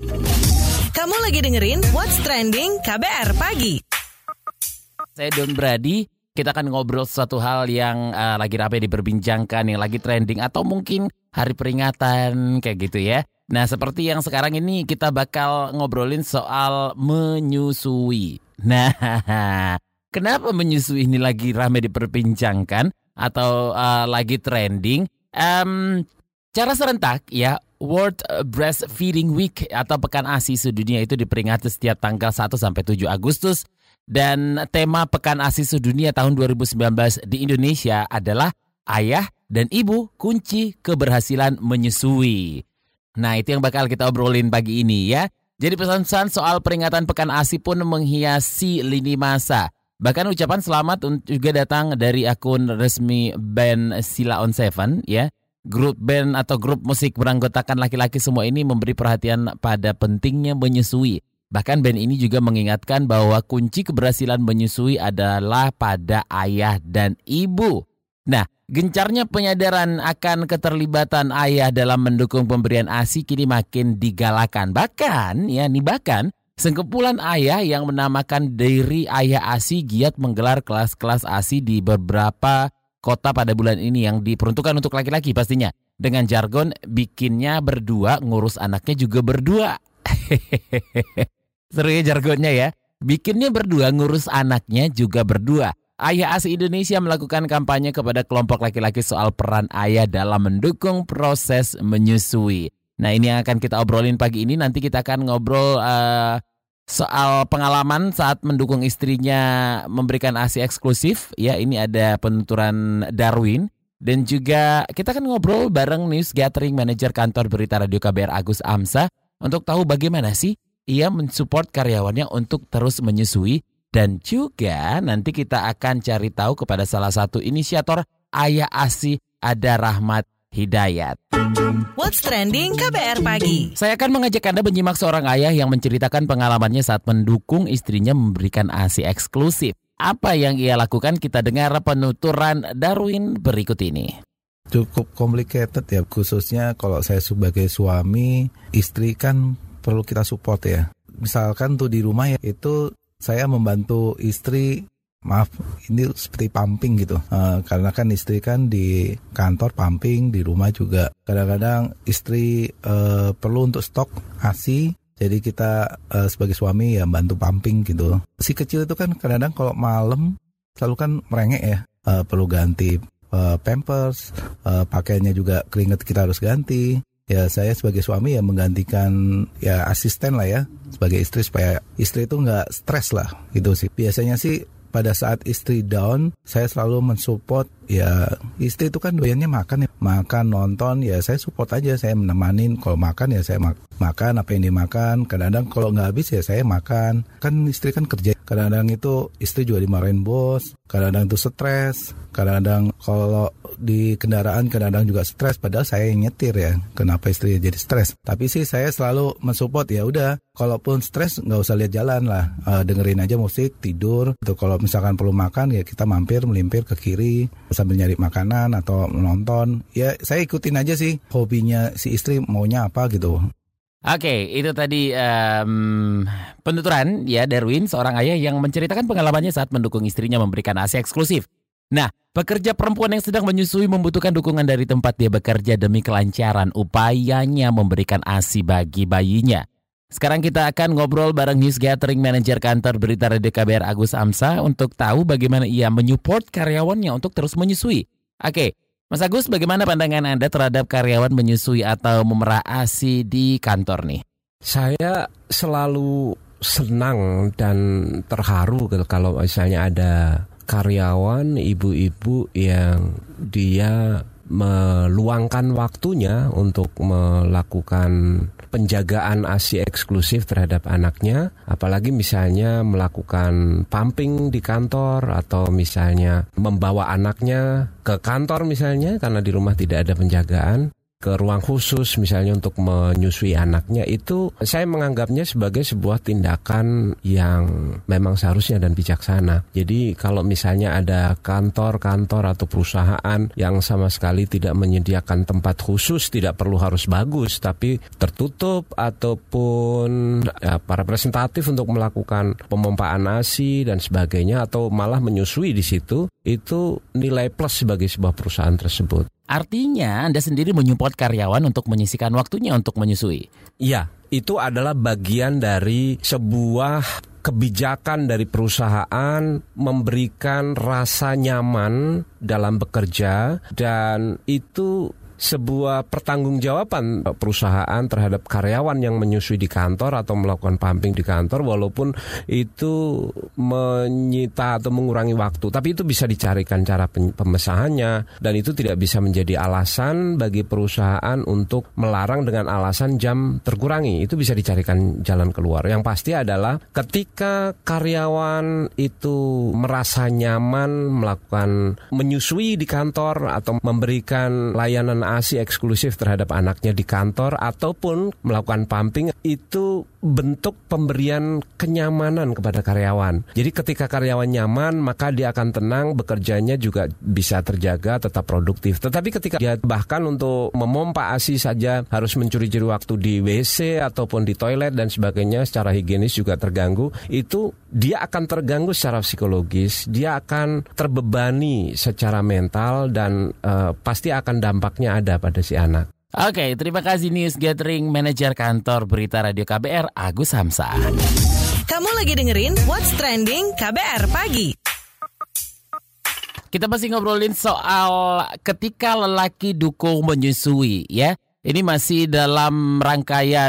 Kamu lagi dengerin What's Trending KBR Pagi. Saya Don Brady, kita akan ngobrol sesuatu hal yang lagi ramai diperbincangkan, yang lagi trending, atau mungkin hari peringatan kayak gitu ya. Nah, seperti yang sekarang ini kita bakal ngobrolin soal menyusui. Nah, kenapa menyusui ini lagi ramai diperbincangkan atau lagi trending? Cara serentak ya, World Breastfeeding Week atau Pekan ASI Sedunia itu diperingati setiap tanggal 1 sampai 7 Agustus. Dan tema Pekan ASI Sedunia tahun 2019 di Indonesia adalah ayah dan ibu kunci keberhasilan menyusui. Nah, itu yang bakal kita obrolin pagi ini ya. Jadi pesan-pesan soal peringatan Pekan ASI pun menghiasi lini masa. Bahkan ucapan selamat juga datang dari akun resmi band Sheila on 7 ya. Grup band atau grup musik beranggotakan laki-laki semua ini memberi perhatian pada pentingnya menyusui. Bahkan band ini juga mengingatkan bahwa kunci keberhasilan menyusui adalah pada ayah dan ibu. Nah, gencarnya penyadaran akan keterlibatan ayah dalam mendukung pemberian ASI kini makin digalakan. Bahkan sekumpulan ayah yang menamakan diri Ayah ASI giat menggelar kelas-kelas ASI di beberapa kota pada bulan ini yang diperuntukkan untuk laki-laki pastinya. Dengan jargon bikinnya berdua, ngurus anaknya juga berdua. Seru ya jargonnya ya. Bikinnya berdua, ngurus anaknya juga berdua. Ayah ASI Indonesia melakukan kampanye kepada kelompok laki-laki soal peran ayah dalam mendukung proses menyusui. Nah, ini yang akan kita obrolin pagi ini. Nanti kita akan ngobrol soal pengalaman saat mendukung istrinya memberikan ASI eksklusif. Ya, ini ada penuturan Darwin. Dan juga kita akan ngobrol bareng News Gathering Manager Kantor Berita Radio KBR Agus Amsa untuk tahu bagaimana sih ia mensupport karyawannya untuk terus menyusui. Dan juga nanti kita akan cari tahu kepada salah satu inisiator Ayah ASI, ada Rahmat Hidayat. What's Trending KBR Pagi. Saya akan mengajak Anda menyimak seorang ayah yang menceritakan pengalamannya saat mendukung istrinya memberikan ASI eksklusif. Apa yang ia lakukan? Kita dengar penuturan Darwin berikut ini. Cukup complicated ya, khususnya kalau saya sebagai suami, istri kan perlu kita support ya. Misalkan tuh di rumah ya, itu saya membantu istri. Maaf, ini seperti pumping gitu. Karena kan istri kan di kantor pumping, di rumah juga. Kadang-kadang istri perlu untuk stok ASI, jadi kita sebagai suami ya bantu pumping gitu. Si kecil itu kan kadang-kadang kalau malam selalu kan merengek ya. Perlu ganti pampers, pakaiannya juga keringat kita harus ganti. Ya saya sebagai suami ya menggantikan ya asisten lah ya sebagai istri supaya istri itu nggak stres lah gitu sih. Biasanya sih pada saat istri down, saya selalu mensupport ya. Istri itu kan doyannya makan ya. Makan, nonton, ya saya support aja. Saya menemanin, kalau makan ya saya makan apa yang dimakan. Kadang-kadang kalau nggak habis ya saya makan. Kan istri kan kerja. Kadang-kadang itu istri juga dimarahin bos. Kadang-kadang itu stres. Kadang-kadang kalau di kendaraan kadang-kadang juga stres. Padahal saya yang nyetir ya. Kenapa istri jadi stres? Tapi sih saya selalu mensupport ya udah. Kalaupun stres nggak usah lihat jalan lah. Dengerin aja musik, tidur. Itu kalau misalkan perlu makan ya kita melimpir ke kiri sambil nyari makanan atau menonton. Ya saya ikutin aja sih hobinya si istri maunya apa gitu. Oke, itu tadi penuturan ya Darwin, seorang ayah yang menceritakan pengalamannya saat mendukung istrinya memberikan ASI eksklusif. Nah, pekerja perempuan yang sedang menyusui membutuhkan dukungan dari tempat dia bekerja demi kelancaran upayanya memberikan ASI bagi bayinya. Sekarang kita akan ngobrol bareng News Gathering Manager Kantor Berita Radio KBR Agus Amsa untuk tahu bagaimana ia menyupport karyawannya untuk terus menyusui. Oke, Mas Agus, bagaimana pandangan Anda terhadap karyawan menyusui atau memerah ASI di kantor nih? Saya selalu senang dan terharu kalau misalnya ada karyawan ibu-ibu yang dia meluangkan waktunya untuk melakukan penjagaan ASI eksklusif terhadap anaknya, apalagi misalnya melakukan pumping di kantor atau misalnya membawa anaknya ke kantor misalnya karena di rumah tidak ada penjagaan. ke ruang khusus misalnya untuk menyusui anaknya, itu saya menganggapnya sebagai sebuah tindakan yang memang seharusnya dan bijaksana. Jadi kalau misalnya ada kantor-kantor atau perusahaan yang sama sekali tidak menyediakan tempat khusus, tidak perlu harus bagus, tapi tertutup ataupun para representatif untuk melakukan pemompaan ASI dan sebagainya, atau malah menyusui di situ, itu nilai plus sebagai sebuah perusahaan tersebut. Artinya Anda sendiri menyupport karyawan untuk menyisihkan waktunya untuk menyusui? Iya, itu adalah bagian dari sebuah kebijakan dari perusahaan memberikan rasa nyaman dalam bekerja, dan itu sebuah pertanggungjawaban perusahaan terhadap karyawan yang menyusui di kantor atau melakukan pumping di kantor, walaupun itu menyita atau mengurangi waktu. Tapi itu bisa dicarikan cara pemesahannya, dan itu tidak bisa menjadi alasan bagi perusahaan untuk melarang dengan alasan jam terkurangi. Itu bisa dicarikan jalan keluar. Yang pasti adalah ketika karyawan itu merasa nyaman melakukan menyusui di kantor atau memberikan layanan ASI eksklusif terhadap anaknya di kantor ataupun melakukan pumping, itu bentuk pemberian kenyamanan kepada karyawan. Jadi ketika karyawan nyaman, maka dia akan tenang, bekerjanya juga bisa terjaga, tetap produktif. Tetapi ketika dia bahkan untuk memompa ASI saja harus mencuri-curi waktu di WC ataupun di toilet dan sebagainya, secara higienis juga terganggu, itu dia akan terganggu secara psikologis, dia akan terbebani secara mental, dan pasti akan dampaknya ada pada si anak. Oke, terima kasih News Gathering Manager Kantor Berita Radio KBR, Agus Hamsa. Kamu lagi dengerin What's Trending KBR Pagi. Kita masih ngobrolin soal ketika lelaki dukung menyusui, ya. Ini masih dalam rangkaian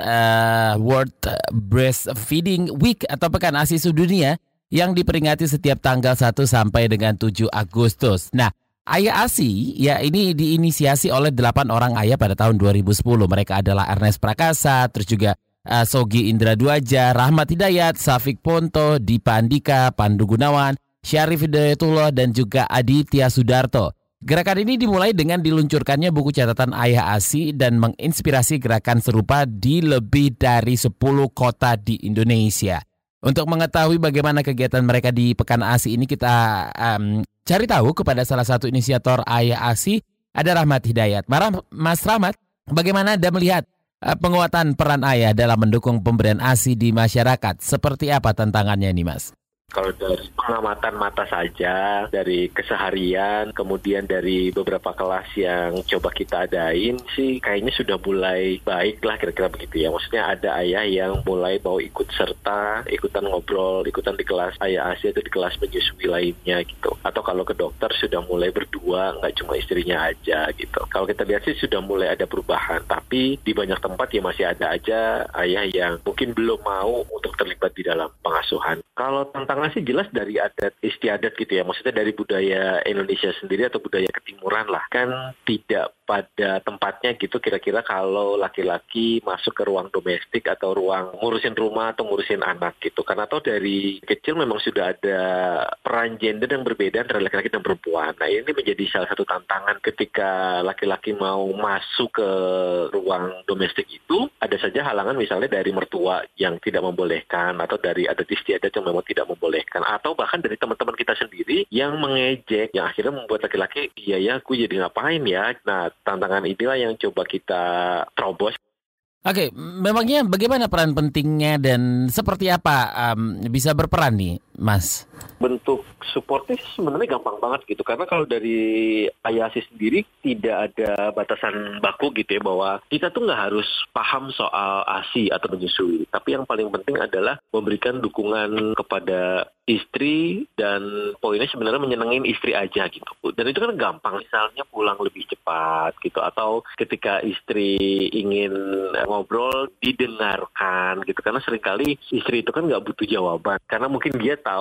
World Breastfeeding Week atau Pekan ASI Sedunia yang diperingati setiap tanggal 1 sampai dengan 7 Agustus. Nah, Ayah ASI, ya, ini diinisiasi oleh 8 orang ayah pada tahun 2010. Mereka adalah Ernest Prakasa, terus juga Sogi Indra Duaja, Rahmat Hidayat, Safik Ponto, Dipa Andika, Pandu Gunawan, Syarif Hidayatullah, dan juga Aditya Sudarto. Gerakan ini dimulai dengan diluncurkannya buku catatan Ayah ASI dan menginspirasi gerakan serupa di lebih dari 10 kota di Indonesia. Untuk mengetahui bagaimana kegiatan mereka di Pekan ASI ini, kita cari tahu kepada salah satu inisiator Ayah ASI, ada Rahmat Hidayat. Mas Rahmat, bagaimana Anda melihat penguatan peran ayah dalam mendukung pemberian ASI di masyarakat? Seperti apa tantangannya ini, Mas? Kalau dari pengamatan mata saja, dari keseharian, kemudian dari beberapa kelas yang coba kita adain sih, kayaknya sudah mulai baik lah kira-kira begitu ya. Maksudnya ada ayah yang mulai mau ikut serta, ikutan ngobrol, ikutan di kelas ayah ASI atau di kelas menyusui lainnya gitu. Atau kalau ke dokter sudah mulai berdua, nggak cuma istrinya aja gitu. Kalau kita lihat sih sudah mulai ada perubahan, tapi di banyak tempat ya masih ada aja ayah yang mungkin belum mau untuk terlibat di dalam pengasuhan. Kalau tantangan sih jelas dari adat istiadat gitu ya, maksudnya dari budaya Indonesia sendiri atau budaya ketimuran lah, kan tidak pada tempatnya gitu kira-kira kalau laki-laki masuk ke ruang domestik atau ruang ngurusin rumah atau ngurusin anak gitu. Karena atau dari kecil memang sudah ada peran gender yang berbeda antara laki-laki dan perempuan. Nah, ini menjadi salah satu tantangan ketika laki-laki mau masuk ke ruang domestik itu, ada saja halangan misalnya dari mertua yang tidak membolehkan, atau dari adat istiadat yang memang tidak membolehkan, atau bahkan dari teman-teman kita sendiri yang mengejek, yang akhirnya membuat laki-laki, iya ya, aku jadi ngapain ya. Nah, tantangan inilah yang coba kita terobos. Oke, memangnya bagaimana peran pentingnya dan seperti apa bisa berperan nih, Mas? Bentuk supportnya sebenarnya gampang banget gitu, karena kalau dari Ayah ASI sendiri tidak ada batasan baku gitu ya, bahwa kita tuh nggak harus paham soal ASI atau menyusui, tapi yang paling penting adalah memberikan dukungan kepada istri, dan poinnya sebenarnya menyenengin istri aja gitu. Dan itu kan gampang, misalnya pulang lebih cepat gitu, atau ketika istri ingin ngobrol didengarkan gitu, karena seringkali istri itu kan nggak butuh jawaban, karena mungkin dia tahu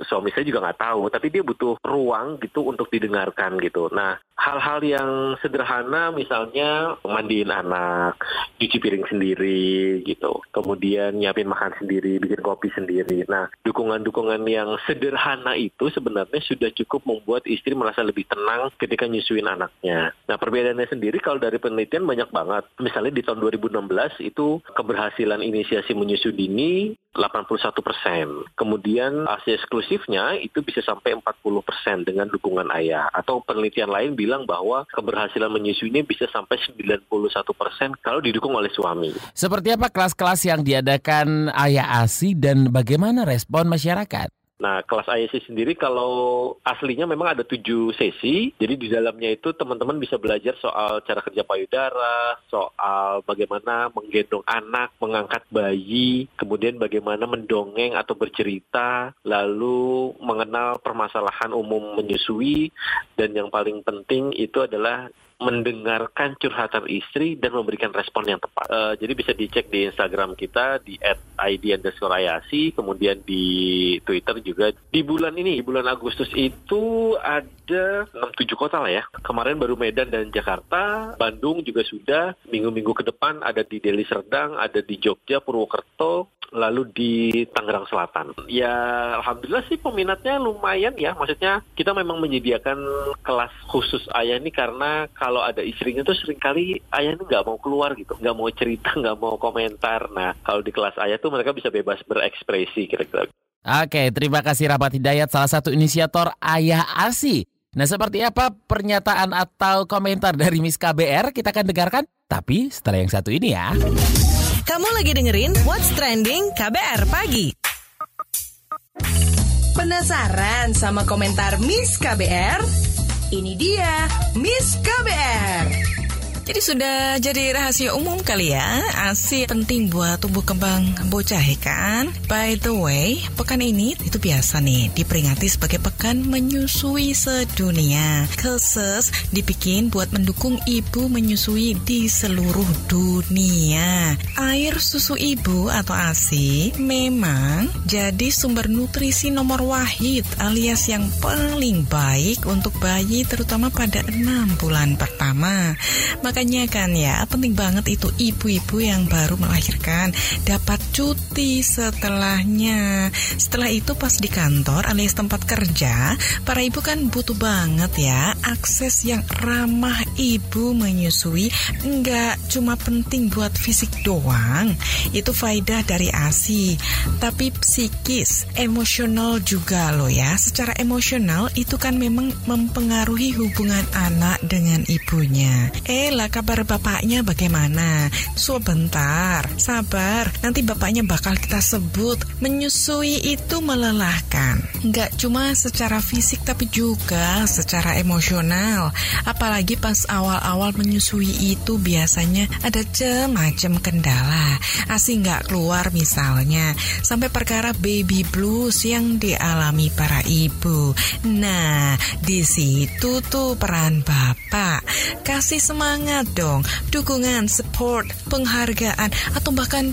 suami saya juga nggak tahu, tapi dia butuh ruang gitu untuk didengarkan gitu. Nah, hal-hal yang sederhana misalnya mandiin anak, cuci piring sendiri gitu, kemudian nyiapin makan sendiri, bikin kopi sendiri. Nah, dukungan-dukungan yang sederhana itu sebenarnya sudah cukup membuat istri merasa lebih tenang ketika nyusuin anaknya. Nah, perbedaannya sendiri kalau dari penelitian banyak banget. Misalnya di tahun 2016 itu keberhasilan inisiasi menyusui dini 81%. Kemudian ASI eksklusifnya itu bisa sampai 40% dengan dukungan ayah. Atau penelitian lain bilang bahwa keberhasilan menyusuinya bisa sampai 91% kalau didukung oleh suami. Seperti apa kelas-kelas yang diadakan Ayah ASI dan bagaimana respon masyarakat? Nah, kelas IAC sendiri kalau aslinya memang ada 7 sesi. Jadi di dalamnya itu teman-teman bisa belajar soal cara kerja payudara, soal bagaimana menggendong anak, mengangkat bayi, kemudian bagaimana mendongeng atau bercerita, lalu mengenal permasalahan umum menyusui, dan yang paling penting itu adalah mendengarkan curhatan istri dan memberikan respon yang tepat. Jadi bisa dicek di Instagram kita di @id_ayasi, kemudian di Twitter juga. Di bulan ini, bulan Agustus itu ada 6-7 kota lah ya. Kemarin baru Medan dan Jakarta, Bandung juga sudah. Minggu-minggu ke depan ada di Deli Serdang, ada di Jogja, Purwokerto, lalu di Tangerang Selatan. Ya, alhamdulillah sih peminatnya lumayan ya. Maksudnya kita memang menyediakan kelas khusus ayah ini karena kalau ada istrinya tuh seringkali ayah ini nggak mau keluar gitu, nggak mau cerita, nggak mau komentar. Nah, kalau di kelas ayah tuh mereka bisa bebas berekspresi kira-kira. Oke, terima kasih Rahmat Hidayat, salah satu inisiator Ayah ASI. Nah, seperti apa pernyataan atau komentar dari Miss KBR kita akan dengarkan, tapi setelah yang satu ini ya. Kamu lagi dengerin What's Trending KBR Pagi. Penasaran sama komentar Miss KBR? Ini dia Miss KBR. Jadi sudah jadi rahasia umum kali ya, ASI penting buat tumbuh kembang bocah ya kan? By the way, pekan ini itu biasa nih diperingati sebagai pekan menyusui sedunia. Khusus dibikin buat mendukung ibu menyusui di seluruh dunia. Air susu ibu atau ASI memang jadi sumber nutrisi nomor wahid alias yang paling baik untuk bayi terutama pada 6 bulan pertama. Makanya kan ya, penting banget itu ibu-ibu yang baru melahirkan dapat cuti setelahnya. Setelah itu pas di kantor alias tempat kerja, para ibu kan butuh banget ya akses yang ramah ibu menyusui. Enggak cuma penting buat fisik doang, itu faedah dari ASI, tapi psikis, emosional juga loh ya. Secara emosional itu kan memang mempengaruhi hubungan anak dengan ibunya. Kabar bapaknya bagaimana? Sebentar, sabar. Nanti bapaknya bakal kita sebut. Menyusui itu melelahkan. Nggak cuma secara fisik tapi juga secara emosional. Apalagi pas awal-awal menyusui itu biasanya ada macam kendala. ASI nggak keluar misalnya. Sampai perkara baby blues yang dialami para ibu. Nah, di situ tuh peran bapak. Kasih semangat dong, dukungan, support, penghargaan, atau bahkan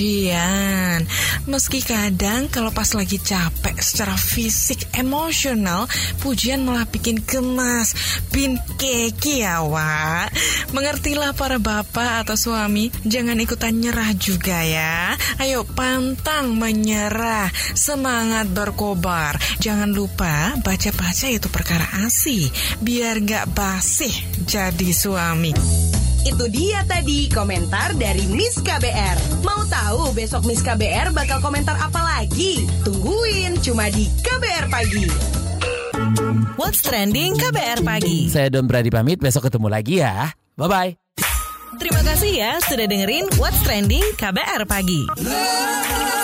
pujian. Meski kadang kalau pas lagi capek secara fisik, emosional, pujian malah bikin gemas, bin keki ya wak. Mengertilah para bapak atau suami, jangan ikutan nyerah juga ya. Ayo pantang menyerah, semangat berkobar. Jangan lupa baca-baca itu perkara ASI, biar gak basih jadi suami. Itu dia tadi komentar dari Miss KBR. Mau tahu besok Miss KBR bakal komentar apa lagi? Tungguin cuma di KBR Pagi. What's Trending KBR Pagi. Saya Don Brady pamit, besok ketemu lagi ya. Bye-bye. Terima kasih ya sudah dengerin What's Trending KBR Pagi.